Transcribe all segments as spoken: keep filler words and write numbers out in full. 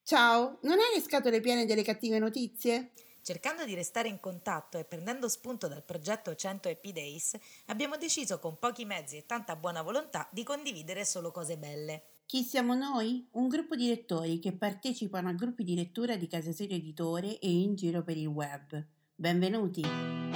Ciao, non hai le scatole piene delle cattive notizie? Cercando di restare in contatto e prendendo spunto dal progetto cento Happy Days, abbiamo deciso con pochi mezzi e tanta buona volontà di condividere solo cose belle. Chi siamo noi? Un gruppo di lettori che partecipano a gruppi di lettura di Casa Serio Editore e in giro per il web. Benvenuti!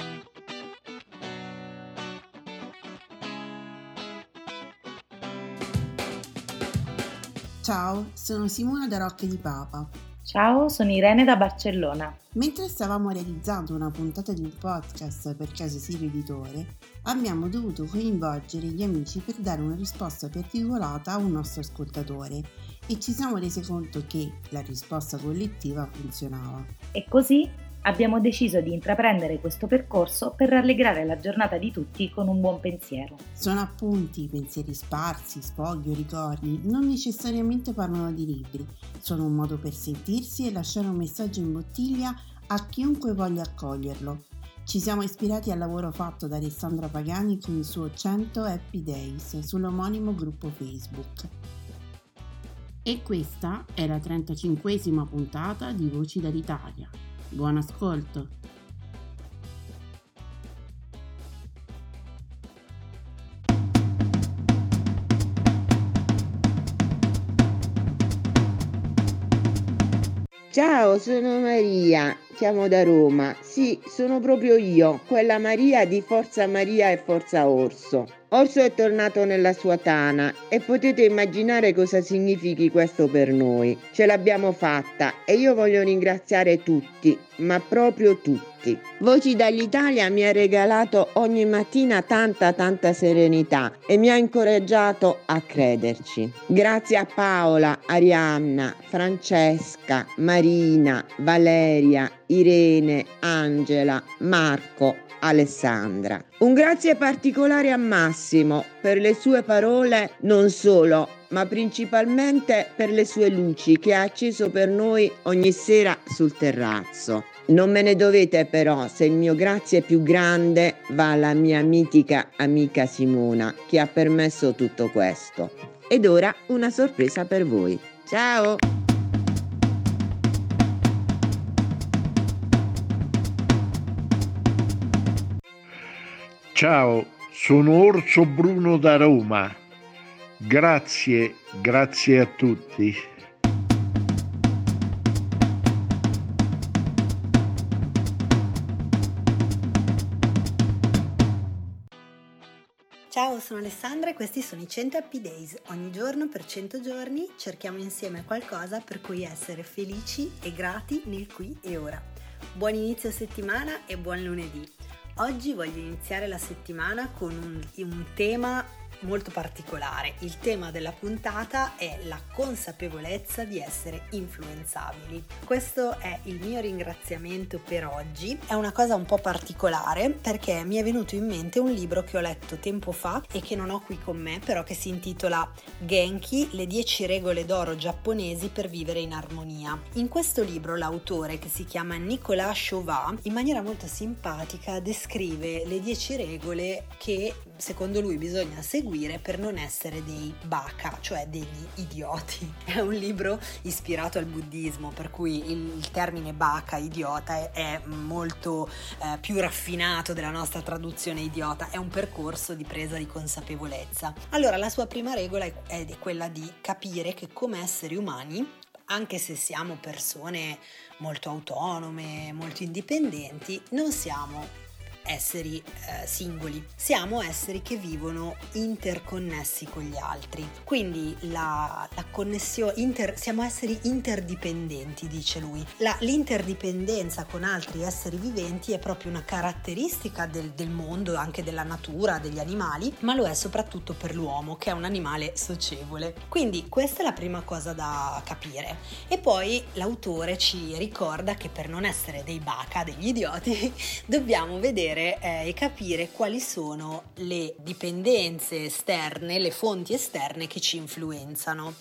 Ciao, sono Simona da Rocche di Papa. Ciao, sono Irene da Barcellona. Mentre stavamo realizzando una puntata di un podcast per Casa Serio Editore, abbiamo dovuto coinvolgere gli amici per dare una risposta particolata a un nostro ascoltatore e ci siamo resi conto che la risposta collettiva funzionava. E così abbiamo deciso di intraprendere questo percorso per rallegrare la giornata di tutti con un buon pensiero. Sono appunti, pensieri sparsi, sfoghi o ricordi, non necessariamente parlano di libri, sono un modo per sentirsi e lasciare un messaggio in bottiglia a chiunque voglia accoglierlo. Ci siamo ispirati al lavoro fatto da Alessandra Pagani con il suo cento Happy Days sull'omonimo gruppo Facebook. E questa è la trentacinquesima puntata di Voci dall'Italia. Buon ascolto! Ciao, sono Maria, chiamo da Roma. Sì, sono proprio io, quella Maria di Forza Maria e Forza Orso. Orso è tornato nella sua tana e potete immaginare cosa significhi questo per noi. Ce l'abbiamo fatta e io voglio ringraziare tutti, ma proprio tutti. Voci dall'Italia mi ha regalato ogni mattina tanta tanta serenità e mi ha incoraggiato a crederci. Grazie a Paola, Arianna, Francesca, Marina, Valeria, Irene, Angela, Marco, Alessandra. Un grazie particolare a Massimo per le sue parole, non solo, ma principalmente per le sue luci che ha acceso per noi ogni sera sul terrazzo. Non me ne dovete però se il mio grazie più grande va alla mia mitica amica Simona che ha permesso tutto questo. Ed ora una sorpresa per voi. Ciao! Ciao, sono Orso Bruno da Roma. Grazie, grazie a tutti. Ciao, sono Alessandra e questi sono i cento Happy Days. Ogni giorno per cento giorni cerchiamo insieme qualcosa per cui essere felici e grati nel qui e ora. Buon inizio settimana e buon lunedì. Oggi voglio iniziare la settimana con un, un tema molto particolare. Il tema della puntata è la consapevolezza di essere influenzabili. Questo è il mio ringraziamento per oggi. È una cosa un po' particolare perché mi è venuto in mente un libro che ho letto tempo fa e che non ho qui con me, però che si intitola Genki, le dieci regole d'oro giapponesi per vivere in armonia. In questo libro l'autore, che si chiama Nicolas Chauvin, in maniera molto simpatica descrive le dieci regole che secondo lui bisogna seguire per non essere dei baka, cioè degli idioti. È un libro ispirato al buddismo, per cui il, il termine baka, idiota, è, è molto eh, più raffinato della nostra traduzione idiota. È un percorso di presa di consapevolezza. Allora, la sua prima regola è, è quella di capire che come esseri umani, anche se siamo persone molto autonome, molto indipendenti, non siamo esseri eh, singoli, siamo esseri che vivono interconnessi con gli altri. Quindi la, la connessione, inter, siamo esseri interdipendenti, dice lui. La, l'interdipendenza con altri esseri viventi è proprio una caratteristica del, del mondo, anche della natura, degli animali, ma lo è soprattutto per l'uomo, che è un animale socievole. Quindi questa è la prima cosa da capire. E poi l'autore ci ricorda che per non essere dei baka, degli idioti, dobbiamo vedere e capire quali sono le dipendenze esterne, le fonti esterne che ci influenzano.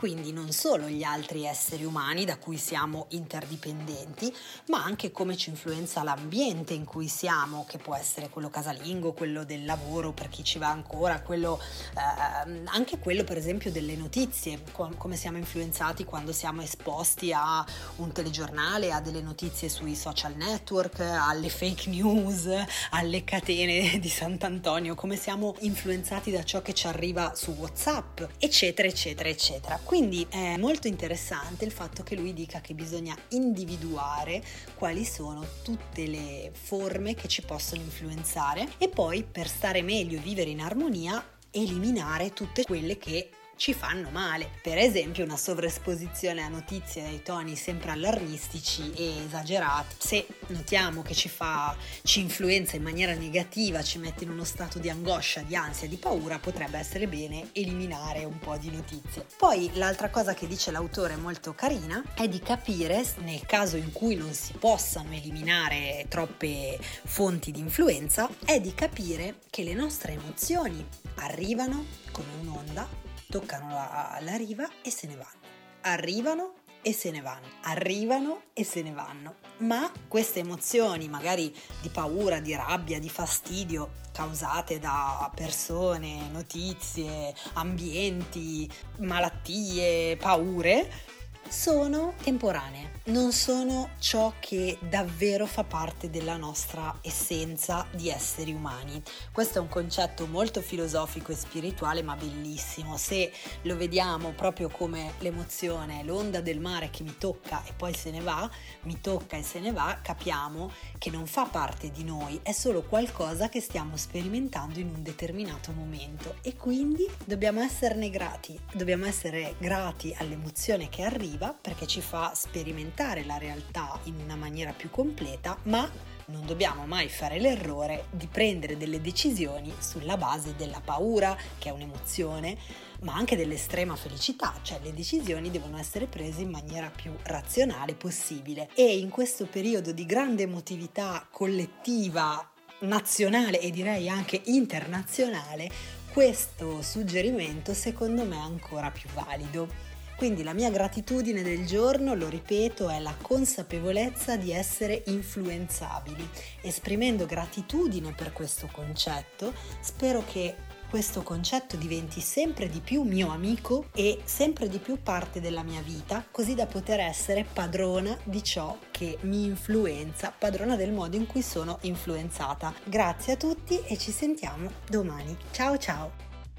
quindi non solo gli altri esseri umani da cui siamo interdipendenti, ma anche come ci influenza l'ambiente in cui siamo, che può essere quello casalingo, quello del lavoro per chi ci va ancora, quello, eh, anche quello per esempio delle notizie, com- come siamo influenzati quando siamo esposti a un telegiornale, a delle notizie sui social network, alle fake news, alle catene di Sant'Antonio, come siamo influenzati da ciò che ci arriva su WhatsApp, eccetera eccetera eccetera. Quindi è molto interessante il fatto che lui dica che bisogna individuare quali sono tutte le forme che ci possono influenzare e poi, per stare meglio e vivere in armonia, eliminare tutte quelle che ci fanno male. Per esempio una sovraesposizione a notizie dai toni sempre allarmistici e esagerati. Se notiamo che ci fa, ci influenza in maniera negativa, ci mette in uno stato di angoscia, di ansia, di paura, potrebbe essere bene eliminare un po' di notizie. Poi l'altra cosa che dice l'autore molto carina è di capire, nel caso in cui non si possano eliminare troppe fonti di influenza, è di capire che le nostre emozioni arrivano come un'onda, toccano la, la riva e se ne vanno, arrivano e se ne vanno, arrivano e se ne vanno, ma queste emozioni magari di paura, di rabbia, di fastidio causate da persone, notizie, ambienti, malattie, paure, sono temporanee, non sono ciò che davvero fa parte della nostra essenza di esseri umani. Questo è un concetto molto filosofico e spirituale, ma bellissimo. Se lo vediamo proprio come l'emozione, l'onda del mare che mi tocca e poi se ne va, mi tocca e se ne va, capiamo che non fa parte di noi, è solo qualcosa che stiamo sperimentando in un determinato momento e quindi dobbiamo esserne grati, dobbiamo essere grati all'emozione che arriva, perché ci fa sperimentare la realtà in una maniera più completa, ma non dobbiamo mai fare l'errore di prendere delle decisioni sulla base della paura, che è un'emozione, ma anche dell'estrema felicità, cioè le decisioni devono essere prese in maniera più razionale possibile. E in questo periodo di grande emotività collettiva, nazionale e direi anche internazionale, questo suggerimento secondo me è ancora più valido. Quindi la mia gratitudine del giorno, lo ripeto, è la consapevolezza di essere influenzabili. Esprimendo gratitudine per questo concetto, spero che questo concetto diventi sempre di più mio amico e sempre di più parte della mia vita, così da poter essere padrona di ciò che mi influenza, padrona del modo in cui sono influenzata. Grazie a tutti e ci sentiamo domani. Ciao ciao!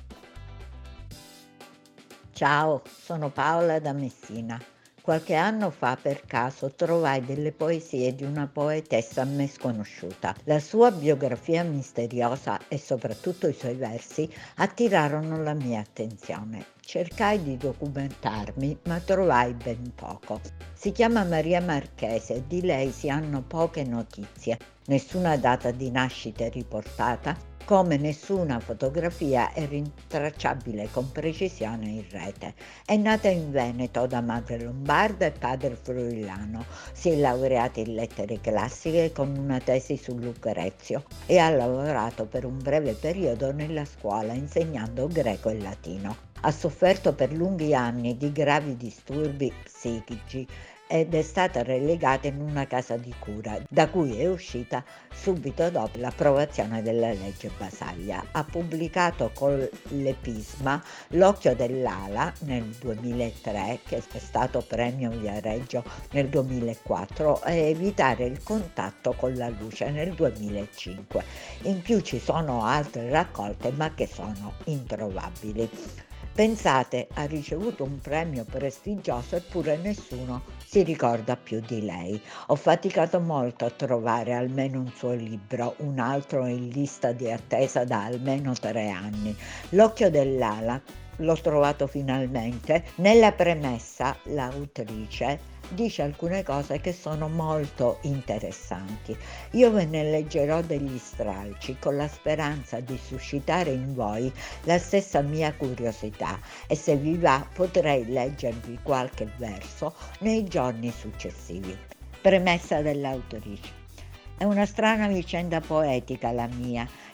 Ciao, sono Paola da Messina. Qualche anno fa per caso trovai delle poesie di una poetessa a me sconosciuta. La sua biografia misteriosa e soprattutto i suoi versi attirarono la mia attenzione. Cercai di documentarmi, ma trovai ben poco. Si chiama Maria Marchese e di lei si hanno poche notizie, nessuna data di nascita è riportata, come nessuna fotografia è rintracciabile con precisione in rete. È nata in Veneto da madre lombarda e padre friulano, si è laureata in lettere classiche con una tesi su Lucrezio e ha lavorato per un breve periodo nella scuola insegnando greco e latino. Ha sofferto per lunghi anni di gravi disturbi psichici ed è stata relegata in una casa di cura, da cui è uscita subito dopo l'approvazione della legge Basaglia. Ha pubblicato con l'Episma L'occhio dell'ala nel duemilatré, che è stato premio Viareggio nel duemilaquattro, e Evitare il contatto con la luce nel duemilacinque. In più ci sono altre raccolte, ma che sono introvabili. Pensate, ha ricevuto un premio prestigioso eppure nessuno si ricorda più di lei. Ho faticato molto a trovare almeno un suo libro, un altro in lista di attesa da almeno tre anni. L'occhio dell'ala l'ho trovato finalmente. Nella premessa l'autrice dice alcune cose che sono molto interessanti. Io ve ne leggerò degli stralci con la speranza di suscitare in voi la stessa mia curiosità e se vi va potrei leggervi qualche verso nei giorni successivi. Premessa dell'autrice. È una strana vicenda poetica la mia.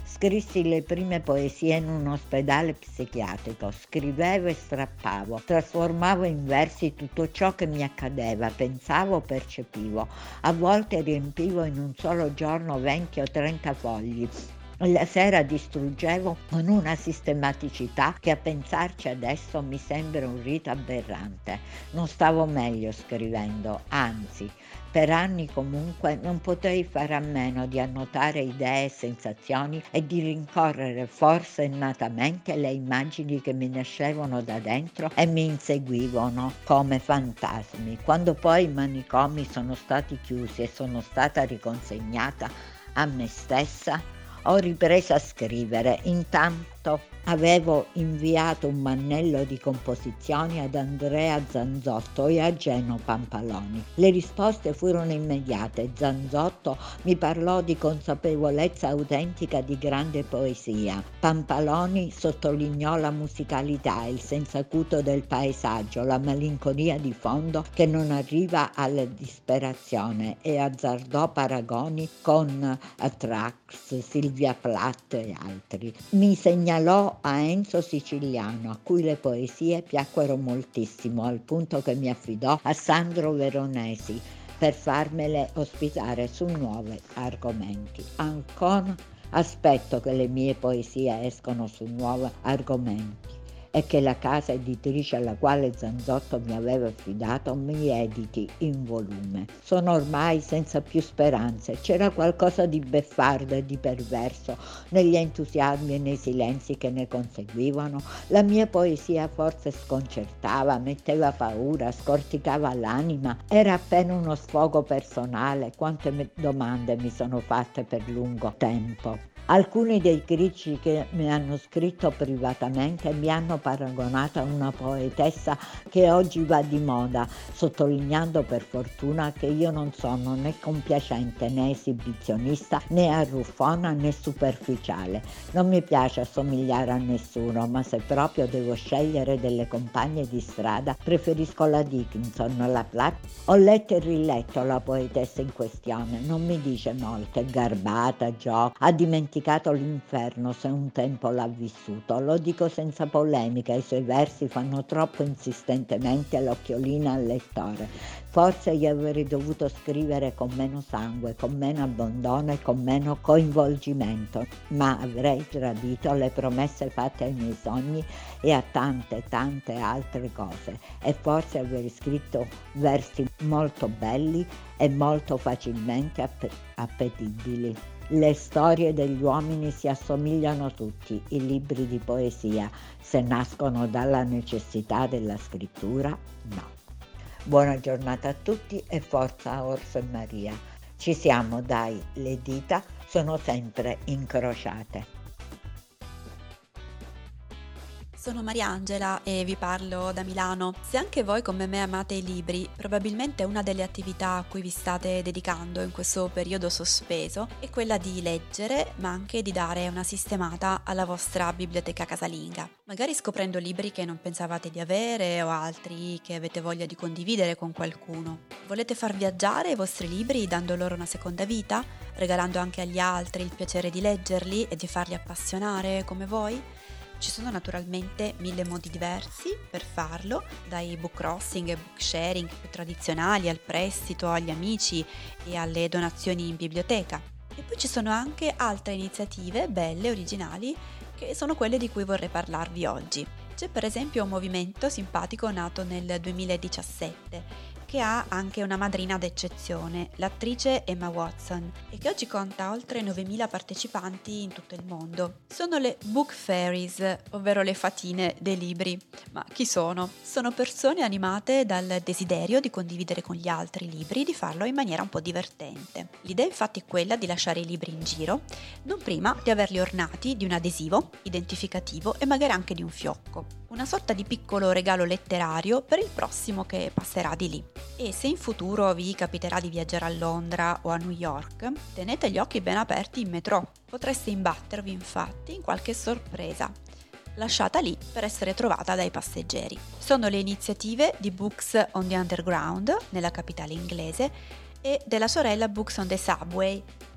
Scrissi le prime poesie in un ospedale psichiatrico, scrivevo e strappavo, trasformavo in versi tutto ciò che mi accadeva, pensavo, percepivo. A volte riempivo in un solo giorno venti o trenta fogli. La sera distruggevo con una sistematicità che a pensarci adesso mi sembra un rito aberrante. Non stavo meglio scrivendo, anzi, per anni comunque non potei fare a meno di annotare idee e sensazioni e di rincorrere forsennatamente le immagini che mi nascevano da dentro e mi inseguivano come fantasmi. Quando poi i manicomi sono stati chiusi e sono stata riconsegnata a me stessa, ho ripreso a scrivere. Intanto avevo inviato un mannello di composizioni ad Andrea Zanzotto e a Geno Pampaloni. Le risposte furono immediate. Zanzotto mi parlò di consapevolezza autentica di grande poesia. Pampaloni sottolineò la musicalità, il senso acuto del paesaggio, la malinconia di fondo che non arriva alla disperazione e azzardò paragoni con Trax, Silvia Plath e altri. Mi segnalò a Enzo Siciliano, a cui le poesie piacquero moltissimo, al punto che mi affidò a Sandro Veronesi per farmele ospitare su nuovi argomenti. Ancora aspetto che le mie poesie escono su nuovi argomenti e che la casa editrice alla quale Zanzotto mi aveva affidato mi editi in volume. Sono ormai senza più speranze. C'era qualcosa di beffardo e di perverso negli entusiasmi e nei silenzi che ne conseguivano. La mia poesia forse sconcertava, metteva paura, scorticava l'anima. Era appena uno sfogo personale. Quante me- domande mi sono fatte per lungo tempo. Alcuni dei critici che mi hanno scritto privatamente mi hanno paragonata a una poetessa che oggi va di moda, sottolineando per fortuna che io non sono né compiacente né esibizionista né arruffona né superficiale. Non mi piace assomigliare a nessuno, ma se proprio devo scegliere delle compagne di strada preferisco la Dickinson, la Plath. Ho letto e riletto la poetessa in questione, non mi dice molto, è garbata, gioca, ha dimenticato l'inferno se un tempo l'ha vissuto. Lo dico senza polemica, i suoi versi fanno troppo insistentemente l'occhiolina al lettore. Forse io avrei dovuto scrivere con meno sangue, con meno abbandono e con meno coinvolgimento, ma avrei tradito le promesse fatte ai miei sogni e a tante tante altre cose, e forse avrei scritto versi molto belli e molto facilmente app- appetibili. Le storie degli uomini si assomigliano tutti, i libri di poesia, se nascono dalla necessità della scrittura, no. Buona giornata a tutti e forza Orso e Maria. Ci siamo, dai, le dita sono sempre incrociate. Sono Mariangela e vi parlo da Milano. Se anche voi come me amate i libri, probabilmente una delle attività a cui vi state dedicando in questo periodo sospeso è quella di leggere, ma anche di dare una sistemata alla vostra biblioteca casalinga. Magari scoprendo libri che non pensavate di avere o altri che avete voglia di condividere con qualcuno. Volete far viaggiare i vostri libri dando loro una seconda vita, regalando anche agli altri il piacere di leggerli e di farli appassionare come voi? Ci sono naturalmente mille modi diversi per farlo, dai book crossing e book sharing più tradizionali al prestito agli amici e alle donazioni in biblioteca. E poi ci sono anche altre iniziative belle, originali, che sono quelle di cui vorrei parlarvi oggi. C'è per esempio un movimento simpatico nato nel duemiladiciassette che ha anche una madrina d'eccezione, l'attrice Emma Watson, e che oggi conta oltre novemila partecipanti in tutto il mondo. Sono le Book Fairies, ovvero le fatine dei libri. Ma chi sono? Sono persone animate dal desiderio di condividere con gli altri i libri e di farlo in maniera un po' divertente. L'idea infatti è quella di lasciare i libri in giro, non prima di averli ornati di un adesivo identificativo e magari anche di un fiocco. Una sorta di piccolo regalo letterario per il prossimo che passerà di lì. E se in futuro vi capiterà di viaggiare a Londra o a New York, tenete gli occhi ben aperti in metro. Potreste imbattervi infatti in qualche sorpresa, lasciata lì per essere trovata dai passeggeri. Sono le iniziative di Books on the Underground, nella capitale inglese, e della sorella Books on the Subway,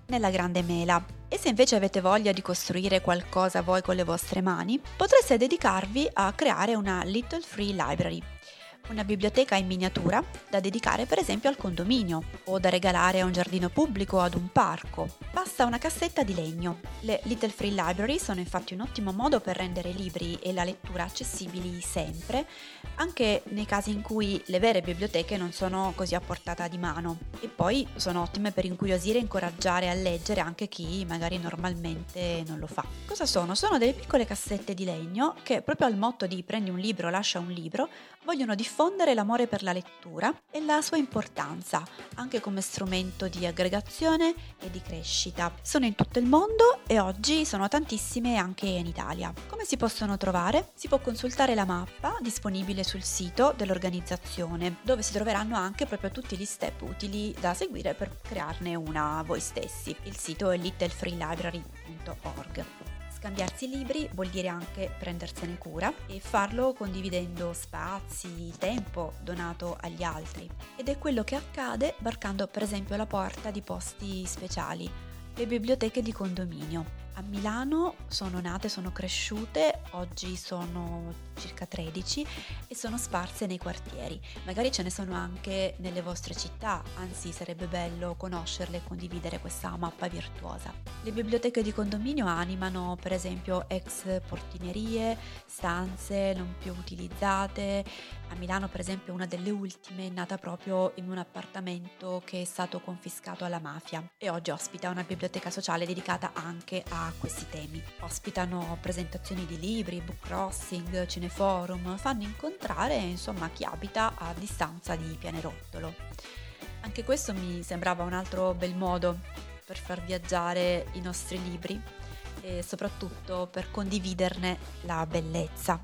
nella grande mela. E se invece avete voglia di costruire qualcosa voi con le vostre mani, potreste dedicarvi a creare una Little Free Library, una biblioteca in miniatura da dedicare per esempio al condominio o da regalare a un giardino pubblico o ad un parco. Basta una cassetta di legno. Le Little Free Library sono infatti un ottimo modo per rendere i libri e la lettura accessibili sempre, anche nei casi in cui le vere biblioteche non sono così a portata di mano. E poi sono ottime per incuriosire e incoraggiare a leggere anche chi magari normalmente non lo fa. Cosa sono? Sono delle piccole cassette di legno che, proprio al motto di prendi un libro, lascia un libro, vogliono diffondere l'amore per la lettura e la sua importanza, anche come strumento di aggregazione e di crescita. Sono in tutto il mondo e oggi sono tantissime anche in Italia. Come si possono trovare? Si può consultare la mappa disponibile sul sito dell'organizzazione, dove si troveranno anche proprio tutti gli step utili da seguire per crearne una voi stessi. Il sito è little free library punto org. Scambiarsi libri vuol dire anche prendersene cura e farlo condividendo spazi, tempo donato agli altri. Ed è quello che accade varcando per esempio la porta di posti speciali, le biblioteche di condominio. A Milano sono nate, sono cresciute, oggi sono circa tredici e sono sparse nei quartieri. Magari ce ne sono anche nelle vostre città, anzi sarebbe bello conoscerle e condividere questa mappa virtuosa. Le biblioteche di condominio animano per esempio ex portinerie, stanze non più utilizzate. A Milano per esempio una delle ultime è nata proprio in un appartamento che è stato confiscato alla mafia e oggi ospita una biblioteca sociale dedicata anche a questi temi. Ospitano presentazioni di libri, book crossing, cineforum, fanno incontrare insomma chi abita a distanza di Pianerottolo. Anche questo mi sembrava un altro bel modo per far viaggiare i nostri libri e soprattutto per condividerne la bellezza.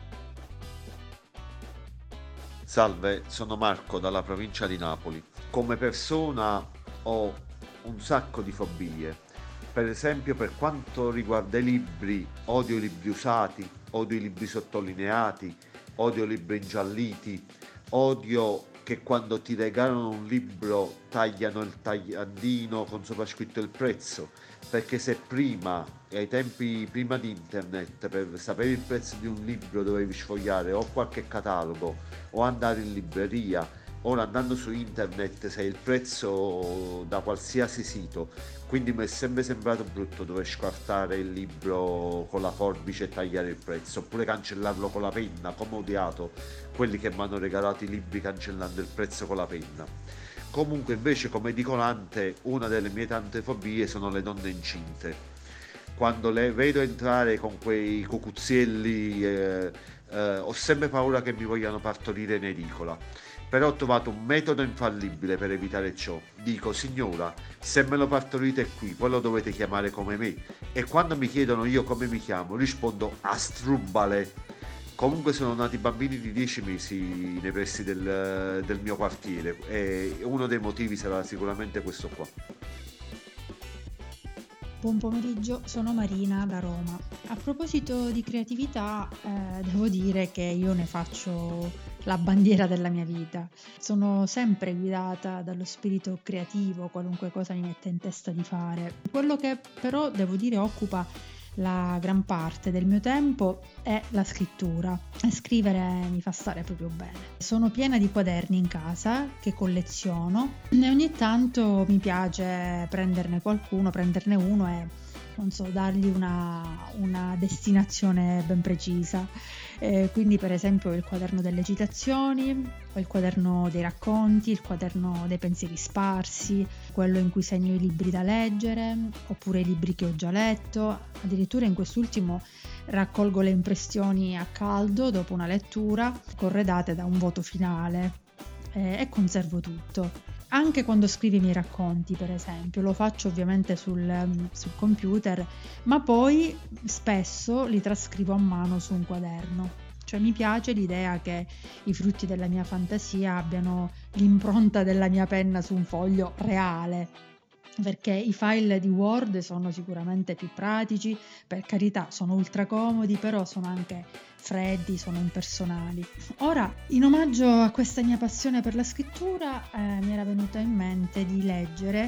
Salve, sono Marco dalla provincia di Napoli. Come persona ho un sacco di fobie. Per esempio, per quanto riguarda i libri, odio i libri usati, odio i libri sottolineati, odio i libri ingialliti, odio che quando ti regalano un libro tagliano il tagliandino con soprascritto il prezzo, perché se prima, ai tempi prima di internet, per sapere il prezzo di un libro dovevi sfogliare o qualche catalogo o andare in libreria, ora andando su internet sai il prezzo da qualsiasi sito, quindi mi è sempre sembrato brutto dover scartare il libro con la forbice e tagliare il prezzo, oppure cancellarlo con la penna, come ho odiato quelli che mi hanno regalato i libri cancellando il prezzo con la penna. Comunque invece, come dico Lante, una delle mie tante fobie sono le donne incinte. Quando le vedo entrare con quei cucuzzielli eh, eh, ho sempre paura che mi vogliano partorire in edicola. Però ho trovato un metodo infallibile per evitare ciò. Dico: signora, se me lo partorite qui, poi lo dovete chiamare come me. E quando mi chiedono io come mi chiamo, rispondo Astrumbale. Comunque sono nati bambini di dieci mesi nei pressi del, del mio quartiere e uno dei motivi sarà sicuramente questo qua. Buon pomeriggio, sono Marina da Roma. A proposito di creatività, eh, devo dire che io ne faccio la bandiera della mia vita. Sono sempre guidata dallo spirito creativo, qualunque cosa mi metta in testa di fare. Quello che però, devo dire, occupa la gran parte del mio tempo è la scrittura. E scrivere mi fa stare proprio bene. Sono piena di quaderni in casa che colleziono e ogni tanto mi piace prenderne qualcuno, prenderne uno e non so, dargli una, una destinazione ben precisa. Eh, quindi per esempio il quaderno delle citazioni, il quaderno dei racconti, il quaderno dei pensieri sparsi, quello in cui segno i libri da leggere, oppure i libri che ho già letto. Addirittura in quest'ultimo raccolgo le impressioni a caldo dopo una lettura, corredate da un voto finale, eh, e conservo tutto. Anche quando scrivo i miei racconti, per esempio, lo faccio ovviamente sul, sul computer, ma poi spesso li trascrivo a mano su un quaderno. Cioè mi piace l'idea che i frutti della mia fantasia abbiano l'impronta della mia penna su un foglio reale, perché i file di Word sono sicuramente più pratici, per carità sono ultra comodi, però sono anche freddi, sono impersonali. Ora, in omaggio a questa mia passione per la scrittura, eh, mi era venuta in mente di leggere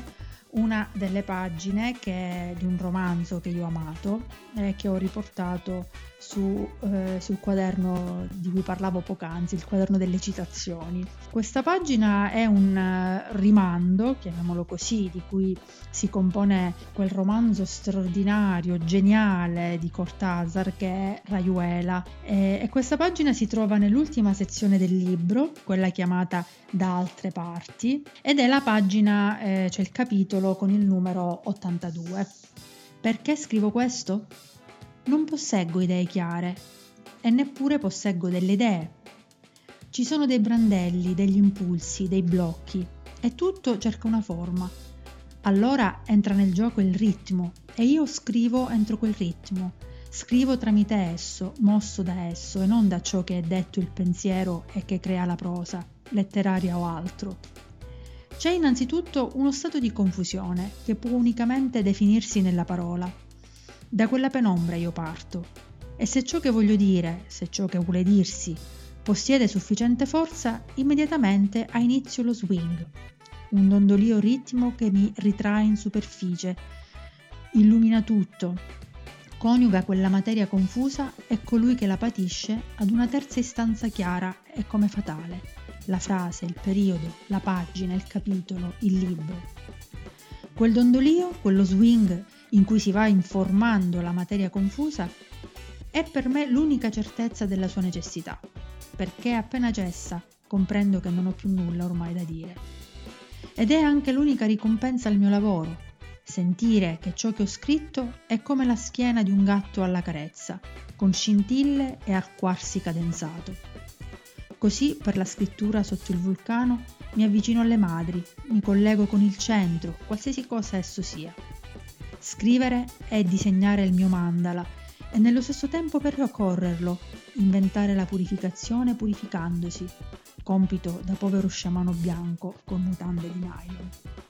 una delle pagine che, di un romanzo che io ho amato e che ho riportato su, eh, sul quaderno di cui parlavo poc'anzi, il quaderno delle citazioni. Questa pagina è un uh, rimando, chiamiamolo così, di cui si compone quel romanzo straordinario, geniale di Cortázar che è Rayuela, e, e questa pagina si trova nell'ultima sezione del libro, quella chiamata Da altre parti, ed è la pagina, eh, c'è il capitolo con il numero ottantadue. Perché scrivo questo? Non posseggo idee chiare e neppure posseggo delle idee. Ci sono dei brandelli, degli impulsi, dei blocchi e tutto cerca una forma. Allora entra nel gioco il ritmo e io scrivo entro quel ritmo. Scrivo tramite esso, mosso da esso e non da ciò che è detto il pensiero e che crea la prosa, letteraria o altro. C'è innanzitutto uno stato di confusione che può unicamente definirsi nella parola. Da quella penombra io parto e se ciò che voglio dire, se ciò che vuole dirsi, possiede sufficiente forza, immediatamente ha inizio lo swing, un dondolio ritmo che mi ritrae in superficie, illumina tutto, coniuga quella materia confusa e colui che la patisce ad una terza istanza chiara e come fatale, la frase, il periodo, la pagina, il capitolo, il libro. Quel dondolio, quello swing in cui si va informando la materia confusa, è per me l'unica certezza della sua necessità, perché appena cessa comprendo che non ho più nulla ormai da dire. Ed è anche l'unica ricompensa al mio lavoro, sentire che ciò che ho scritto è come la schiena di un gatto alla carezza, con scintille e arcuarsi cadenzato. Così per la scrittura sotto il vulcano mi avvicino alle madri, mi collego con il centro, qualsiasi cosa esso sia. Scrivere è disegnare il mio mandala e nello stesso tempo percorrerlo, inventare la purificazione purificandosi, compito da povero sciamano bianco con mutande di nylon.